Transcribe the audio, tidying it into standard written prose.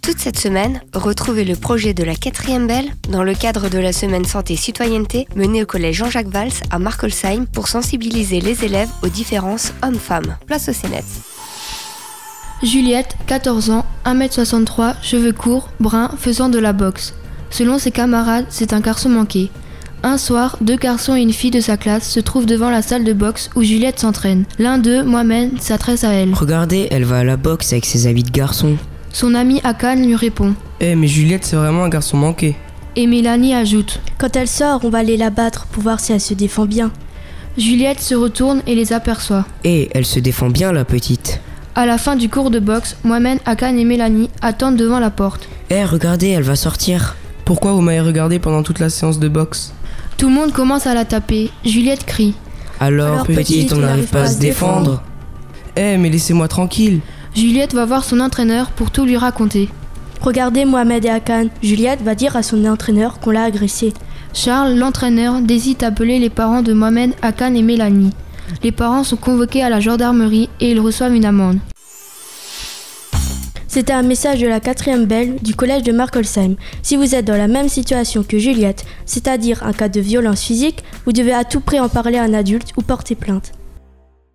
Toute cette semaine, retrouvez le projet de la 4e Belle dans le cadre de la semaine santé-citoyenneté menée au collège Jean-Jacques Valls à Markolsheim pour sensibiliser les élèves aux différences hommes-femmes. Place au CNES. Juliette, 14 ans, 1m63, cheveux courts, bruns, faisant de la boxe. Selon ses camarades, c'est un garçon manqué. Un soir, 2 garçons et une fille de sa classe se trouvent devant la salle de boxe où Juliette s'entraîne. L'un d'eux, Mohamed, s'adresse à elle. Regardez, elle va à la boxe avec ses habits de garçon. Son ami Hakan lui répond. Mais Juliette, c'est vraiment un garçon manqué. Et Mélanie ajoute. Quand elle sort, on va aller la battre pour voir si elle se défend bien. Juliette se retourne et les aperçoit. Elle se défend bien, la petite. À la fin du cours de boxe, Mohamed, Hakan et Mélanie attendent devant la porte. Regardez, elle va sortir. Pourquoi vous m'avez regardé pendant toute la séance de boxe ? Tout le monde commence à la taper. Juliette crie. Alors petite, on n'arrive pas à se défendre. Mais laissez-moi tranquille. Juliette va voir son entraîneur pour tout lui raconter. Regardez Mohamed et Hakan. Juliette va dire à son entraîneur qu'on l'a agressé. Charles, l'entraîneur, décide d'appeler les parents de Mohamed, Hakan et Mélanie. Les parents sont convoqués à la gendarmerie et ils reçoivent une amende. C'était un message de la 4e Belle du collège de Markolsheim. Si vous êtes dans la même situation que Juliette, c'est-à-dire un cas de violence physique, vous devez à tout prix en parler à un adulte ou porter plainte.